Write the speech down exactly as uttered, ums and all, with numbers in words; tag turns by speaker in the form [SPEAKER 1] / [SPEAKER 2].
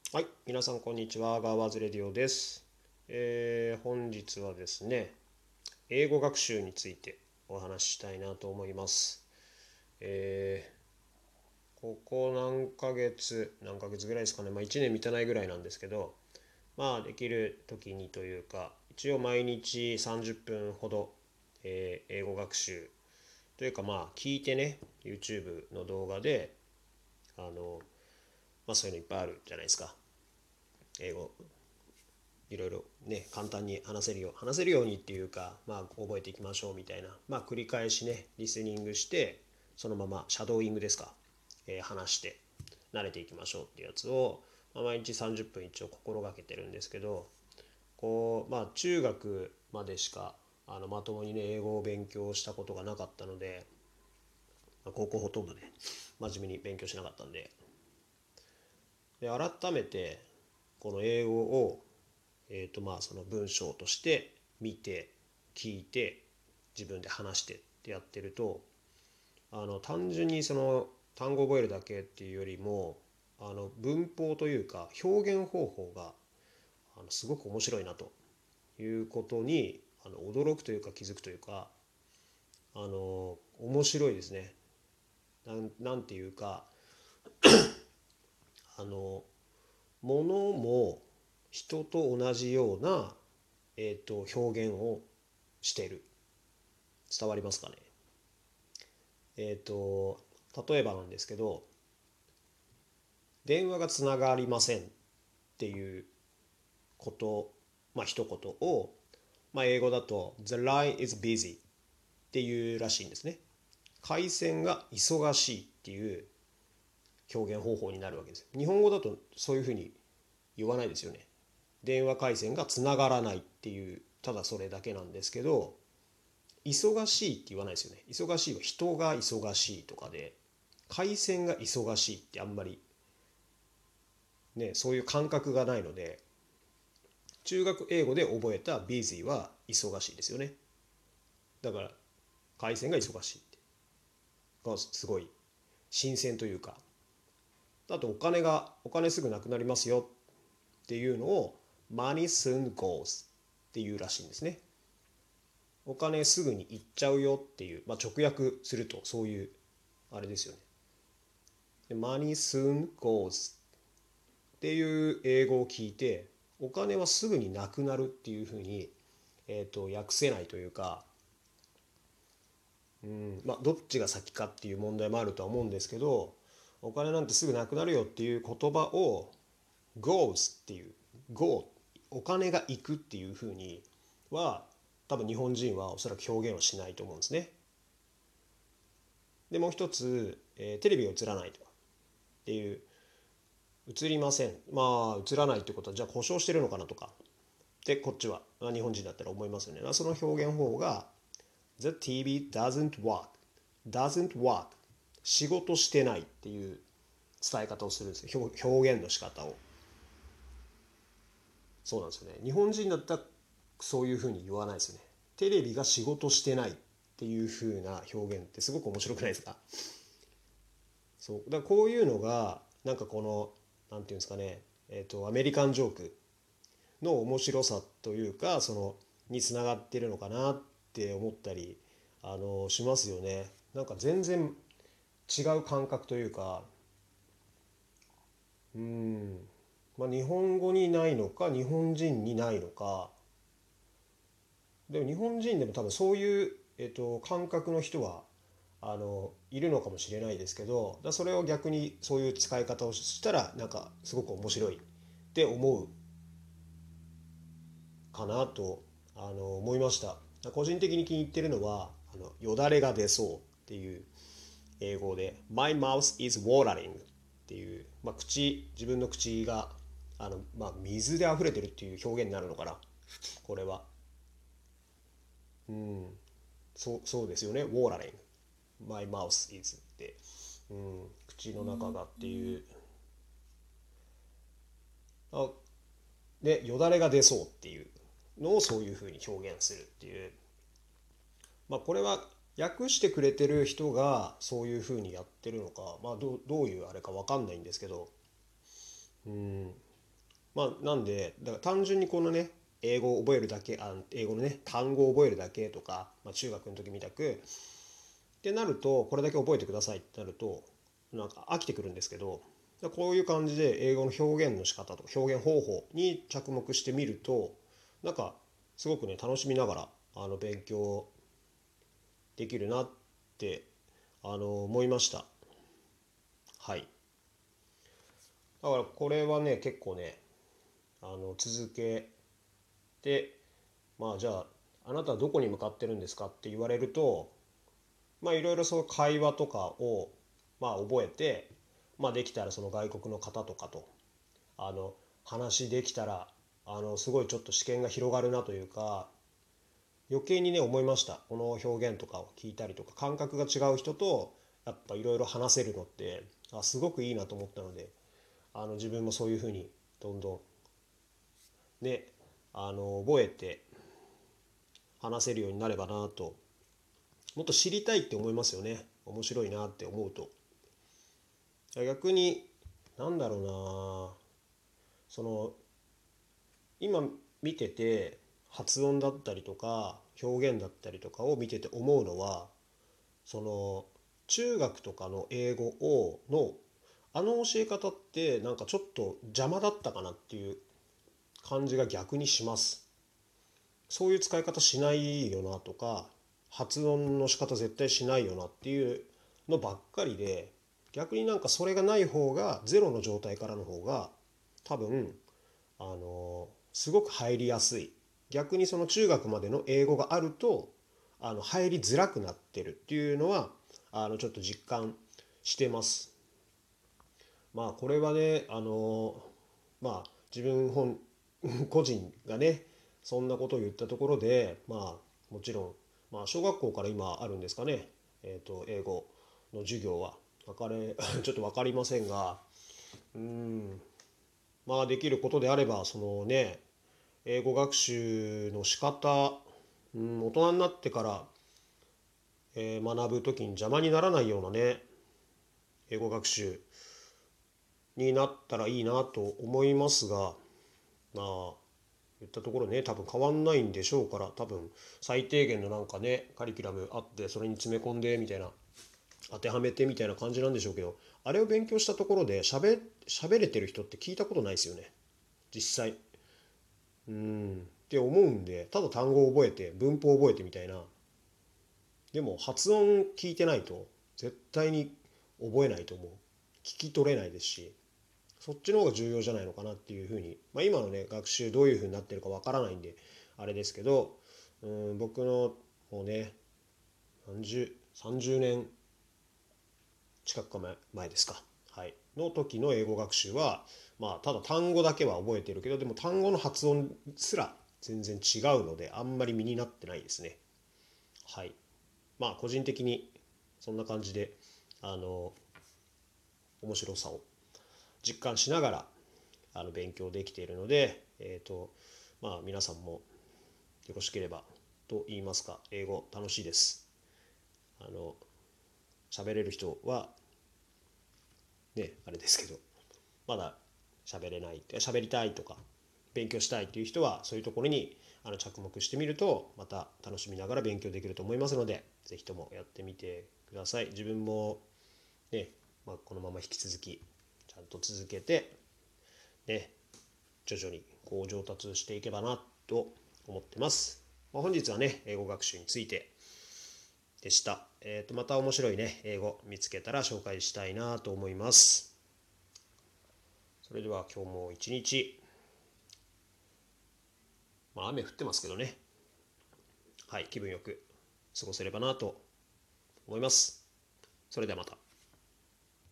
[SPEAKER 1] はい、皆さんこんにちは。ガーワーズレディオです。えー本日はですね、英語学習についてお話ししたいなと思います。えーここ何ヶ月、何ヶ月ぐらいですかね、まあいちねん満たないぐらいなんですけど、まあできる時にというか、一応毎日さんじゅっぷんほど、えー英語学習というかまあ聞いてね、YouTube の動画で、あの、まあそういうのいっぱいあるじゃないですか。英語いろいろね簡単に話せるよう話せるようにっていうか、まあ覚えていきましょうみたいな、まあ繰り返しねリスニングしてそのままシャドーイングですか、えー話して慣れていきましょうっていうやつを、まあ、毎日さんじゅっぷん一応心がけてるんですけど、こうまあ中学までしかあのまともにね英語を勉強したことがなかったので、まあ、高校ほとんどね真面目に勉強しなかったんで、で改めてこの英語をえーとまあその文章として見て聞いて自分で話してってやってると、あの単純にその単語を覚えるだけっていうよりも、あの文法というか表現方法があのすごく面白いなということにあの驚くというか気づくというか、あの面白いですね。なんなんていうか、あのものも人と同じような、えー、と表現をしている。伝わりますかね。えっ、と例えばなんですけど、電話がつながりませんっていうこと、まあ一言を、まあ、英語だと The line is busy っていうらしいんですね。回線が忙しいっていう表現方法になるわけです。日本語だとそういうふうに言わないですよね。電話回線がつながらないっていう、ただそれだけなんですけど、忙しいって言わないですよね。忙しいは人が忙しいとかで、回線が忙しいってあんまりね、そういう感覚がないので、中学英語で覚えた busy は忙しいですよね。だから回線が忙しいってがすごい新鮮というか、あとお金がお金すぐなくなりますよっていうのを money soon goes っていうらしいんですね。お金すぐに行っちゃうよっていう、まあ、直訳するとそういうあれですよね。で money soon goes っていう英語を聞いて、お金はすぐになくなるっていうふうに、えー、と訳せないというか、うんまあ、どっちが先かっていう問題もあるとは思うんですけど、お金なんてすぐなくなるよっていう言葉を goes っていう go お金が行くっていうふうには多分日本人はおそらく表現をしないと思うんですね。でもう一つ、えーテレビが映らないとかっていう、映りません、まあ映らないってことはじゃあ故障してるのかなとかで、こっちは日本人だったら思いますよね。その表現方法が The ティーブイ doesn't work doesn't work 仕事してないっていう伝え方をするんですよ。表現の仕方を。そうなんですよね。日本人だったらそういうふうに言わないですよね。テレビが仕事してないっていうふうな表現ってすごく面白くないですか。そうだからこういうのがなんかこのなんていうんですかね、えっ、とアメリカンジョークの面白さというか、そのにつながってるのかなって思ったりあのしますよね。なんか全然違う感覚というか、うん、まあ、日本語にないのか日本人にないのか。でも日本人でも多分そういう、えっと、感覚の人はあのいるのかもしれないですけど、だそれを逆にそういう使い方をしたらなんかすごく面白いって思うかなとあの思いました。個人的に気に入ってるのはあのよだれが出そうっていう英語で My mouth is watering っていう、まあ、口自分の口があの、まあ、水で溢れてるっていう表現になるのかな、これは。うんそうそうですよね。 watering My mouth is って、うん、口の中がっていう、あでよだれが出そうっていうのをそういうふうに表現するっていう、まあこれは訳してくれてる人がそういうふうにやってるのか、まあどうどういうあれか分かんないんですけど、うんまあなんでだから単純にこのね英語を覚えるだけあ英語のね単語を覚えるだけとか、まあ、中学の時みたくってなるとこれだけ覚えてくださいってなるとなんか飽きてくるんですけど、こういう感じで英語の表現の仕方とか表現方法に着目してみるとなんかすごくね楽しみながらあの勉強できるなってあの思いました。はい。だからこれはね結構ねあの続けて、まあじゃああなたはどこに向かってるんですかって言われると、まあいろいろそういう会話とかをまあ覚えて、まあできたらその外国の方とかとあの話できたらあのすごいちょっと視点が広がるなというか、余計にね思いました。この表現とかを聞いたりとか感覚が違う人とやっぱいろいろ話せるのってあすごくいいなと思ったので、あの自分もそういうふうにどんどんねあの覚えて話せるようになればなと、もっと知りたいって思いますよね。面白いなって思うと逆になんだろうな、その今見てて発音だったりとか表現だったりとかを見てて思うのは、その中学とかの英語をのあの教え方ってなんかちょっと邪魔だったかなっていう感じが逆にします。そういう使い方しないよなとか発音の仕方絶対しないよなっていうのばっかりで、逆になんかそれがない方がゼロの状態からの方が多分あのすごく入りやすい。逆にその中学までの英語があるとあの入りづらくなってるっていうのはあのちょっと実感してます。まあこれはねあのまあ自分本個人がねそんなことを言ったところで、まあもちろん、まあ、小学校から今あるんですかね、えー、と英語の授業は分かれちょっと分かりませんが、うんまあできることであればそのね英語学習の仕方、うん、大人になってから、えー学ぶ時に邪魔にならないようなね英語学習になったらいいなと思いますが、まあ言ったところね多分変わんないんでしょうから、多分最低限のなんかねカリキュラムあってそれに詰め込んでみたいな当てはめてみたいな感じなんでしょうけど、あれを勉強したところでしゃべ喋れてる人って聞いたことないですよね実際。うんって思うんで、ただ単語を覚えて文法を覚えてみたいな、でも発音聞いてないと絶対に覚えないと思う。聞き取れないですし、そっちの方が重要じゃないのかなっていうふうに、まあ、今のね学習どういうふうになってるかわからないんであれですけど、うん僕のもうね何十さんじゅうねん近くか前前ですか、はい、の時の英語学習はまあただ単語だけは覚えてるけど、でも単語の発音すら全然違うのであんまり身になってないですね。はい。まあ個人的にそんな感じであの面白さを実感しながらあの勉強できているので、えーとまあ、皆さんもよろしければと言いますか、英語楽しいです。あの喋れる人はねあれですけど、まだ喋れない喋りたいとか勉強したいという人はそういうところにあの着目してみるとまた楽しみながら勉強できると思いますので、ぜひともやってみてください。自分もね、まあ、このまま引き続きちゃんと続けてね徐々にこう上達していけばなと思ってます。まあ、本日はね英語学習についてでした。えー、とまた面白いね英語見つけたら紹介したいなと思います。それでは今日も一日、まあ雨降ってますけどね、はい気分よく過ごせればなと思います。それではまた。